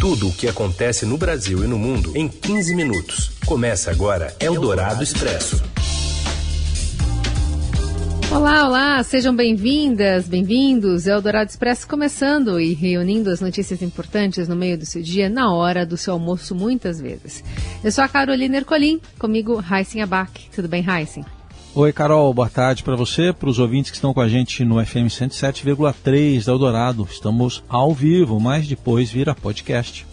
Tudo o que acontece no Brasil e no mundo em 15 minutos. Começa agora Eldorado Expresso. Olá, olá, sejam bem-vindas, bem-vindos. Eldorado Expresso começando e reunindo as notícias importantes no meio do seu dia, na hora do seu almoço, muitas vezes. Eu sou a Carolina Ercolim, comigo Raíssen Abac. Tudo bem, Raíssen? Oi, Carol, boa tarde para você, para os ouvintes que estão com a gente no FM 107,3 da Eldorado. Estamos ao vivo, mas depois vira podcast.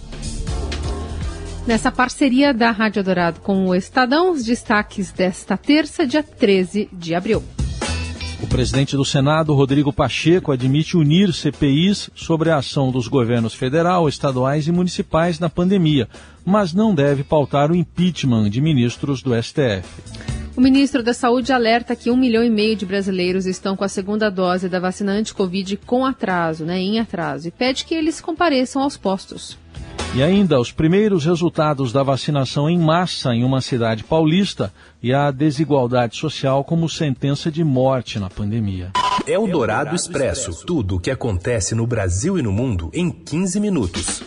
Nessa parceria da Rádio Eldorado com o Estadão, os destaques desta terça, dia 13 de abril. O presidente do Senado, Rodrigo Pacheco, admite unir CPIs sobre a ação dos governos federal, estaduais e municipais na pandemia, mas não deve pautar o impeachment de ministros do STF. O ministro da Saúde alerta que 1,5 milhão de brasileiros estão com a segunda dose da vacina anti-Covid com atraso, em atraso, e pede que eles compareçam aos postos. E ainda os primeiros resultados da vacinação em massa em uma cidade paulista e a desigualdade social como sentença de morte na pandemia. Eldorado Expresso. Tudo o que acontece no Brasil e no mundo em 15 minutos.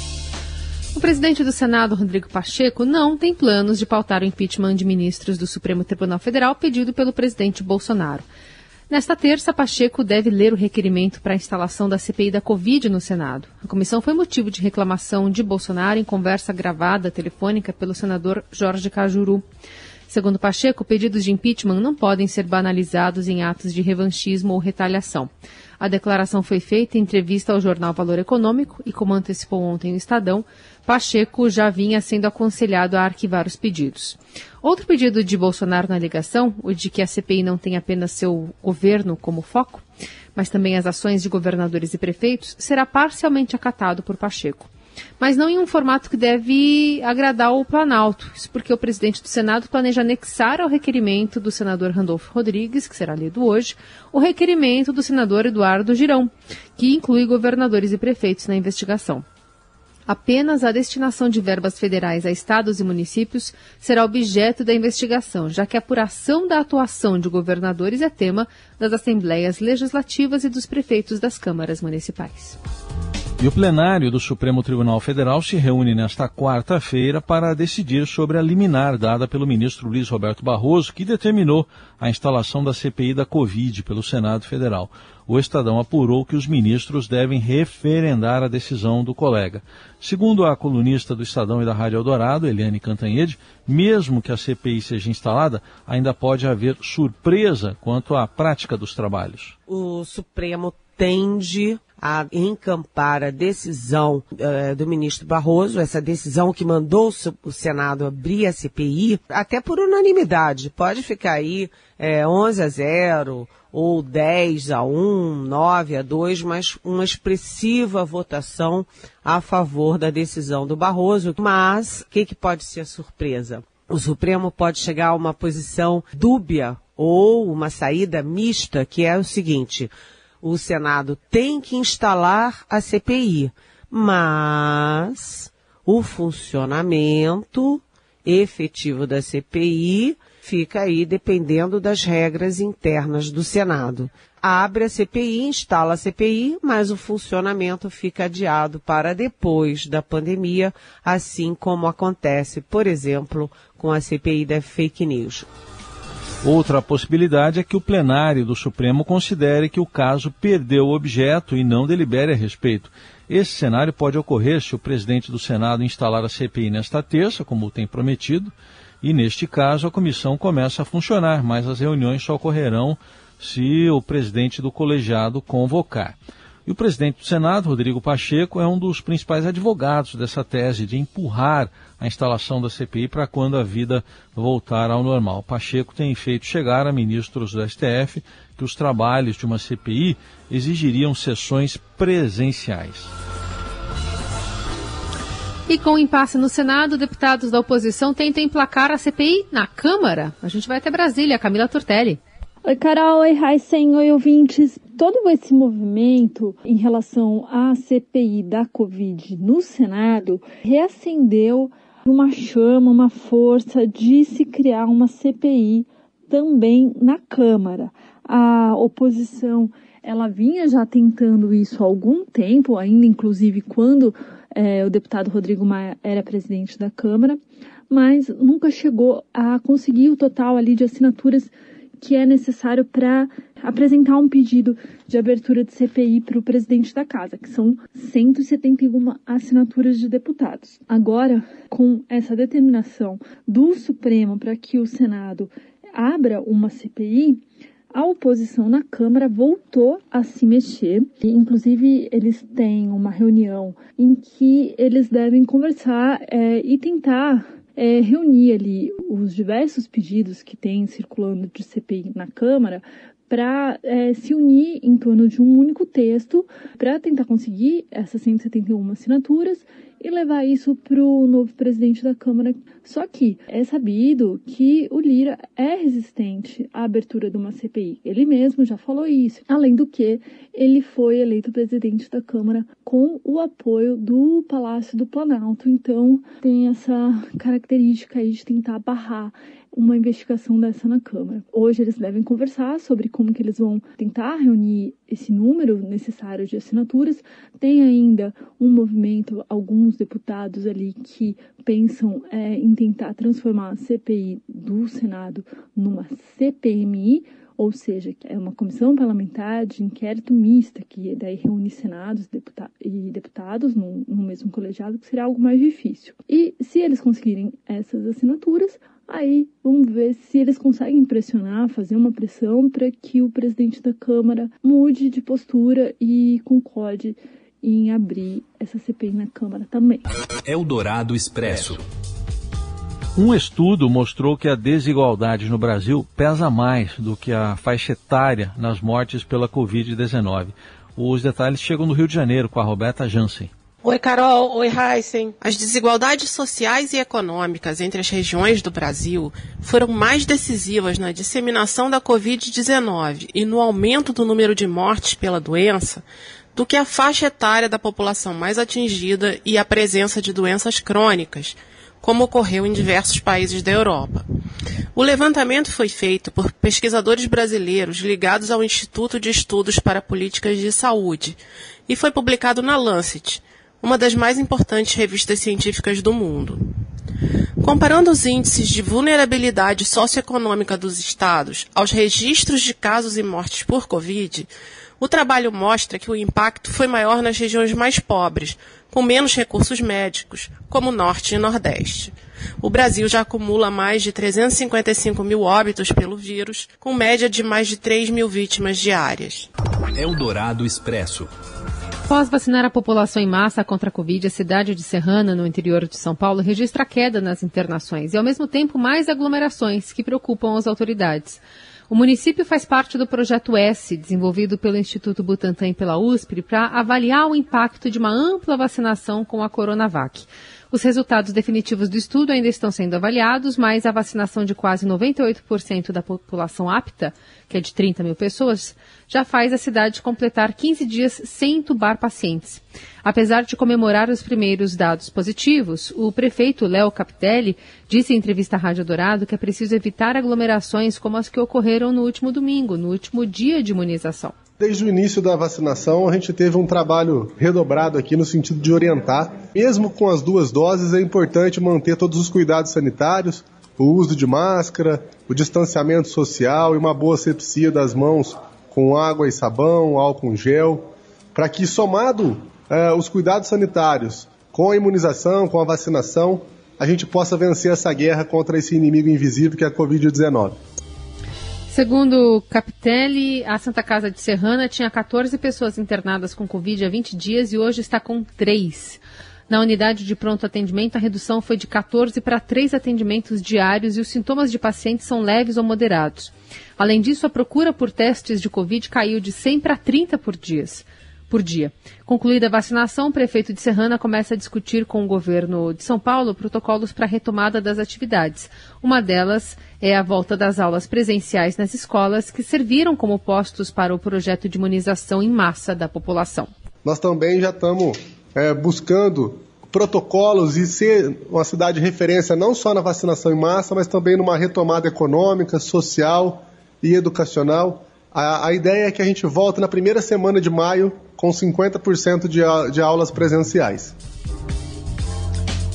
O presidente do Senado, Rodrigo Pacheco, não tem planos de pautar o impeachment de ministros do Supremo Tribunal Federal pedido pelo presidente Bolsonaro. Nesta terça, Pacheco deve ler o requerimento para a instalação da CPI da Covid no Senado. A comissão foi motivo de reclamação de Bolsonaro em conversa gravada telefônica pelo senador Jorge Cajuru. Segundo Pacheco, pedidos de impeachment não podem ser banalizados em atos de revanchismo ou retaliação. A declaração foi feita em entrevista ao jornal Valor Econômico e, como antecipou ontem o Estadão, Pacheco já vinha sendo aconselhado a arquivar os pedidos. Outro pedido de Bolsonaro na ligação, o de que a CPI não tenha apenas seu governo como foco, mas também as ações de governadores e prefeitos, será parcialmente acatado por Pacheco. Mas não em um formato que deve agradar o Planalto. Isso porque o presidente do Senado planeja anexar ao requerimento do senador Randolfo Rodrigues, que será lido hoje, o requerimento do senador Eduardo Girão, que inclui governadores e prefeitos na investigação. Apenas a destinação de verbas federais a estados e municípios será objeto da investigação, já que a apuração da atuação de governadores é tema das assembleias legislativas e dos prefeitos das câmaras municipais. E o plenário do Supremo Tribunal Federal se reúne nesta quarta-feira para decidir sobre a liminar dada pelo ministro Luiz Roberto Barroso, que determinou a instalação da CPI da Covid pelo Senado Federal. O Estadão apurou que os ministros devem referendar a decisão do colega. Segundo a colunista do Estadão e da Rádio Eldorado, Eliane Cantanhede, mesmo que a CPI seja instalada, ainda pode haver surpresa quanto à prática dos trabalhos. O Supremo tende a encampar a decisão do ministro Barroso, essa decisão que mandou o Senado abrir a CPI, até por unanimidade. Pode ficar aí 11-0 ou 10-1, 9-2, mas uma expressiva votação a favor da decisão do Barroso. Mas o que pode ser a surpresa? O Supremo pode chegar a uma posição dúbia ou uma saída mista, que é o seguinte: o Senado tem que instalar a CPI, mas o funcionamento efetivo da CPI fica aí dependendo das regras internas do Senado. Abre a CPI, instala a CPI, mas o funcionamento fica adiado para depois da pandemia, assim como acontece, por exemplo, com a CPI da fake news. Outra possibilidade é que o plenário do Supremo considere que o caso perdeu o objeto e não delibere a respeito. Esse cenário pode ocorrer se o presidente do Senado instalar a CPI nesta terça, como tem prometido, e neste caso a comissão começa a funcionar, mas as reuniões só ocorrerão se o presidente do colegiado convocar. E o presidente do Senado, Rodrigo Pacheco, é um dos principais advogados dessa tese de empurrar a instalação da CPI para quando a vida voltar ao normal. Pacheco tem feito chegar a ministros do STF que os trabalhos de uma CPI exigiriam sessões presenciais. E com o impasse no Senado, deputados da oposição tentam emplacar a CPI na Câmara. A gente vai até Brasília, Camila Tortelli. Oi, Carol, oi, Raíssen, oi, ouvintes. Todo esse movimento em relação à CPI da Covid no Senado reacendeu uma chama, uma força de se criar uma CPI também na Câmara. A oposição, ela vinha já tentando isso há algum tempo, ainda inclusive quando o deputado Rodrigo Maia era presidente da Câmara, mas nunca chegou a conseguir o total ali de assinaturas que é necessário para apresentar um pedido de abertura de CPI para o presidente da Casa, que são 171 assinaturas de deputados. Agora, com essa determinação do Supremo para que o Senado abra uma CPI, a oposição na Câmara voltou a se mexer. Inclusive, eles têm uma reunião em que eles devem conversar e tentar reunir ali os diversos pedidos que tem circulando de CPI na Câmara para se unir em torno de um único texto para tentar conseguir essas 171 assinaturas e levar isso para o novo presidente da Câmara. Só que é sabido que o Lira é resistente à abertura de uma CPI. Ele mesmo já falou isso. Além do que, ele foi eleito presidente da Câmara com o apoio do Palácio do Planalto. Então, tem essa característica aí de tentar barrar uma investigação dessa na Câmara. Hoje eles devem conversar sobre como que eles vão tentar reunir esse número necessário de assinaturas. Tem ainda um movimento, alguns deputados ali que pensam em tentar transformar a CPI do Senado numa CPMI, ou seja, é uma comissão parlamentar de inquérito mista, que daí reúne senados e deputados no mesmo colegiado, que seria algo mais difícil. E se eles conseguirem essas assinaturas, aí vamos ver se eles conseguem pressionar, fazer uma pressão para que o presidente da Câmara mude de postura e concorde em abrir essa CPI na Câmara também. Eldorado Expresso. Um estudo mostrou que a desigualdade no Brasil pesa mais do que a faixa etária nas mortes pela Covid-19. Os detalhes chegam do Rio de Janeiro com a Roberta Jansen. Oi, Carol. Oi, Heisen. As desigualdades sociais e econômicas entre as regiões do Brasil foram mais decisivas na disseminação da Covid-19 e no aumento do número de mortes pela doença do que a faixa etária da população mais atingida e a presença de doenças crônicas, como ocorreu em diversos países da Europa. O levantamento foi feito por pesquisadores brasileiros ligados ao Instituto de Estudos para Políticas de Saúde e foi publicado na Lancet, uma das mais importantes revistas científicas do mundo. Comparando os índices de vulnerabilidade socioeconômica dos estados aos registros de casos e mortes por Covid, o trabalho mostra que o impacto foi maior nas regiões mais pobres, com menos recursos médicos, como o Norte e Nordeste. O Brasil já acumula mais de 355 mil óbitos pelo vírus, com média de mais de 3 mil vítimas diárias. Eldorado Expresso. Após vacinar a população em massa contra a Covid, a cidade de Serrana, no interior de São Paulo, registra queda nas internações e, ao mesmo tempo, mais aglomerações que preocupam as autoridades. O município faz parte do Projeto S, desenvolvido pelo Instituto Butantan e pela USP, para avaliar o impacto de uma ampla vacinação com a Coronavac. Os resultados definitivos do estudo ainda estão sendo avaliados, mas a vacinação de quase 98% da população apta, que é de 30 mil pessoas, já faz a cidade completar 15 dias sem entubar pacientes. Apesar de comemorar os primeiros dados positivos, o prefeito Léo Capitelli disse em entrevista à Rádio Dourado que é preciso evitar aglomerações como as que ocorreram no último domingo, no último dia de imunização. Desde o início da vacinação, a gente teve um trabalho redobrado aqui no sentido de orientar. Mesmo com as 2 doses, é importante manter todos os cuidados sanitários, o uso de máscara, o distanciamento social e uma boa asepsia das mãos com água e sabão, álcool em gel, para que, somado os cuidados sanitários com a imunização, com a vacinação, a gente possa vencer essa guerra contra esse inimigo invisível que é a Covid-19. Segundo Capitelli, a Santa Casa de Serrana tinha 14 pessoas internadas com Covid há 20 dias e hoje está com 3. Na unidade de pronto atendimento, a redução foi de 14 para 3 atendimentos diários e os sintomas de pacientes são leves ou moderados. Além disso, a procura por testes de Covid caiu de 100 para 30 por dia. Concluída a vacinação, o prefeito de Serrana começa a discutir com o governo de São Paulo protocolos para a retomada das atividades. Uma delas é a volta das aulas presenciais nas escolas, que serviram como postos para o projeto de imunização em massa da população. Nós também já estamos buscando protocolos e ser uma cidade de referência não só na vacinação em massa, mas também numa retomada econômica, social e educacional. A ideia é que a gente volte na primeira semana de maio com 50% de aulas presenciais.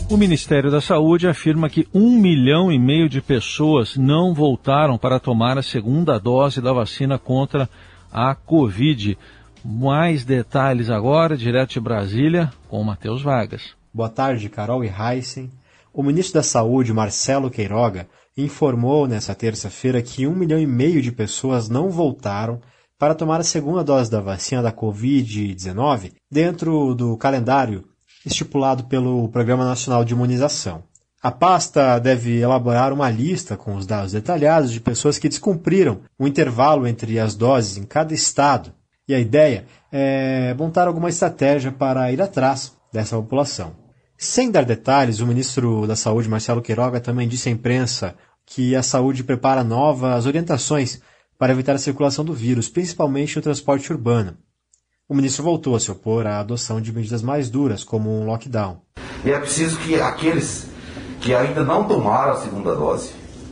O Ministério da Saúde afirma que 1,5 milhão de pessoas não voltaram para tomar a segunda dose da vacina contra a Covid. Mais detalhes agora, direto de Brasília, com o Matheus Vargas. Boa tarde, Carol e Heisen. O ministro da Saúde, Marcelo Queiroga, informou nesta terça-feira que 1,5 milhão de pessoas não voltaram para tomar a segunda dose da vacina da Covid-19 dentro do calendário estipulado pelo Programa Nacional de Imunização. A pasta deve elaborar uma lista com os dados detalhados de pessoas que descumpriram o intervalo entre as doses em cada estado. E a ideia é montar alguma estratégia para ir atrás dessa população. Sem dar detalhes, o ministro da Saúde, Marcelo Queiroga, também disse à imprensa que a saúde prepara novas orientações para evitar a circulação do vírus, principalmente no transporte urbano. O ministro voltou a se opor à adoção de medidas mais duras, como um lockdown. E é preciso que aqueles que ainda não tomaram a segunda dose,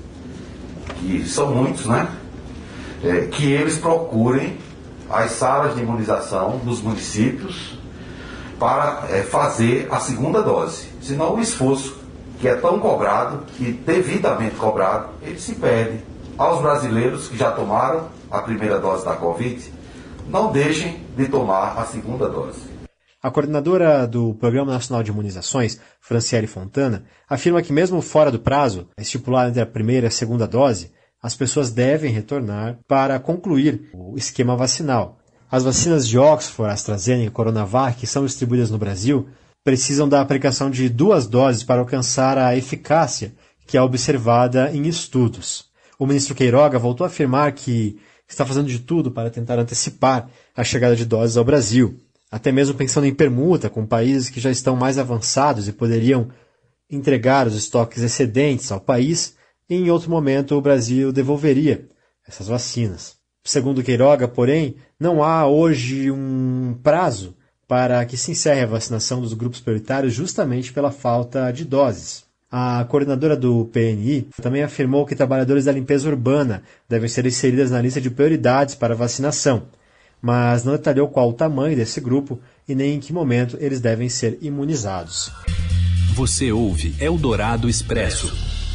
que são muitos, né? Que eles procurem as salas de imunização dos municípios para fazer a segunda dose. Senão o esforço que é tão cobrado e devidamente cobrado, ele se perde. Aos brasileiros que já tomaram a primeira dose da Covid, não deixem de tomar a segunda dose. A coordenadora do Programa Nacional de Imunizações, Franciele Fontana, afirma que mesmo fora do prazo estipulado entre a primeira e a segunda dose, as pessoas devem retornar para concluir o esquema vacinal. As vacinas de Oxford, AstraZeneca e Coronavac, que são distribuídas no Brasil, precisam da aplicação de 2 doses para alcançar a eficácia que é observada em estudos. O ministro Queiroga voltou a afirmar que está fazendo de tudo para tentar antecipar a chegada de doses ao Brasil, até mesmo pensando em permuta com países que já estão mais avançados e poderiam entregar os estoques excedentes ao país, e em outro momento o Brasil devolveria essas vacinas. Segundo Queiroga, porém, não há hoje um prazo para que se encerre a vacinação dos grupos prioritários justamente pela falta de doses. A coordenadora do PNI também afirmou que trabalhadores da limpeza urbana devem ser inseridos na lista de prioridades para vacinação, mas não detalhou qual o tamanho desse grupo e nem em que momento eles devem ser imunizados. Você ouve Eldorado Expresso.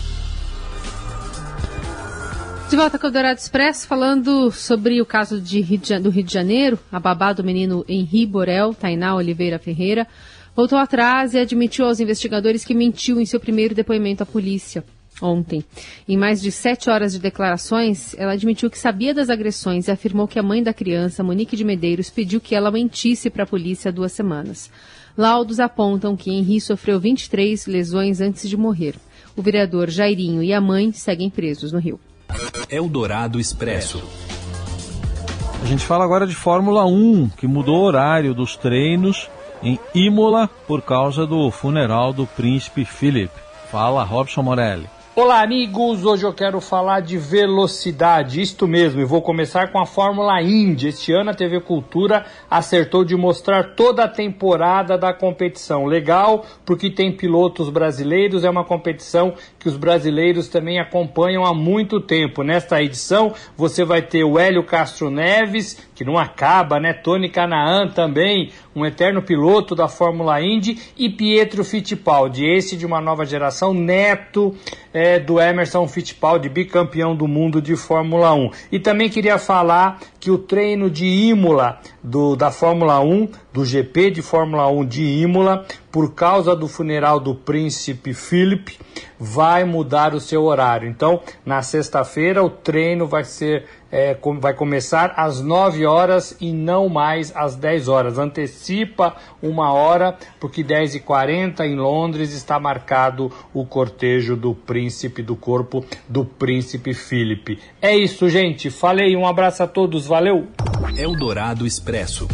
De volta com o Eldorado Expresso, falando sobre o caso do Rio de Janeiro, a babá do menino Henri Borel, Tainá Oliveira Ferreira, voltou atrás e admitiu aos investigadores que mentiu em seu primeiro depoimento à polícia ontem. Em mais de 7 horas de declarações, ela admitiu que sabia das agressões e afirmou que a mãe da criança, Monique de Medeiros, pediu que ela mentisse para a polícia há 2 semanas. Laudos apontam que Henri sofreu 23 lesões antes de morrer. O vereador Jairinho e a mãe seguem presos no Rio. Eldorado Expresso. A gente fala agora de Fórmula 1, que mudou o horário dos treinos em Imola por causa do funeral do príncipe Philip. Fala, Robson Morelli. Olá, amigos! Hoje eu quero falar de velocidade, isto mesmo, e vou começar com a Fórmula Indy. Este ano a TV Cultura acertou de mostrar toda a temporada da competição. Legal, porque tem pilotos brasileiros, é uma competição que os brasileiros também acompanham há muito tempo. Nesta edição você vai ter o Hélio Castro Neves, que não acaba, né? Tony Kanaan também, um eterno piloto da Fórmula Indy, e Pietro Fittipaldi, esse de uma nova geração, neto do Emerson Fittipaldi, bicampeão do mundo de Fórmula 1. E também queria falar que o treino de Imola da Fórmula 1, do GP de Fórmula 1 de Imola, por causa do funeral do príncipe Philip, vai mudar o seu horário. Então, na sexta-feira, o treino vai começar às 9 horas e não mais às 10 horas. Antecipa 1 hora, porque 10h40 em Londres está marcado o cortejo do corpo do príncipe Philip. É isso, gente. Falei, um abraço a todos, valeu! Eldorado Expresso.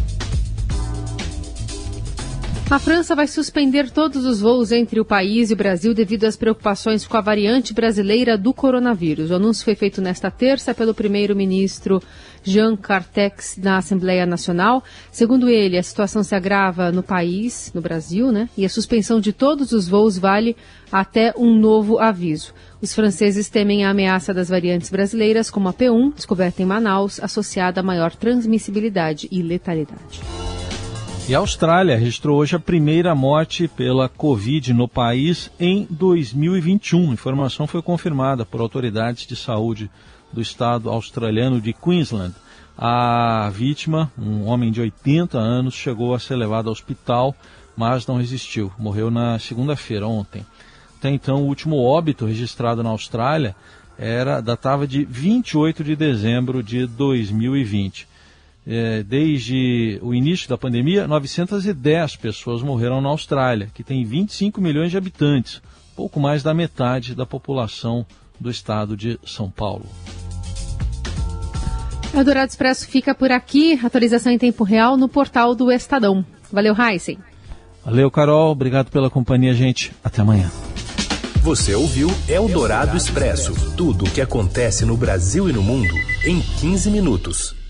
A França vai suspender todos os voos entre o país e o Brasil devido às preocupações com a variante brasileira do coronavírus. O anúncio foi feito nesta terça pelo primeiro-ministro Jean Castex na Assembleia Nacional. Segundo ele, a situação se agrava no país, no Brasil, né? E a suspensão de todos os voos vale até um novo aviso. Os franceses temem a ameaça das variantes brasileiras, como a P1, descoberta em Manaus, associada a maior transmissibilidade e letalidade. E a Austrália registrou hoje a primeira morte pela Covid no país em 2021. A informação foi confirmada por autoridades de saúde do estado australiano de Queensland. A vítima, um homem de 80 anos, chegou a ser levado ao hospital, mas não resistiu. Morreu na segunda-feira, ontem. Até então, o último óbito registrado na Austrália datava de 28 de dezembro de 2020. Desde o início da pandemia, 910 pessoas morreram na Austrália, que tem 25 milhões de habitantes, pouco mais da metade da população do estado de São Paulo. O Eldorado Expresso fica por aqui. Atualização em tempo real no portal do Estadão. Valeu, Heisen. Valeu, Carol. Obrigado pela companhia, gente. Até amanhã. Você ouviu Eldorado Expresso. Tudo o que acontece no Brasil e no mundo em 15 minutos.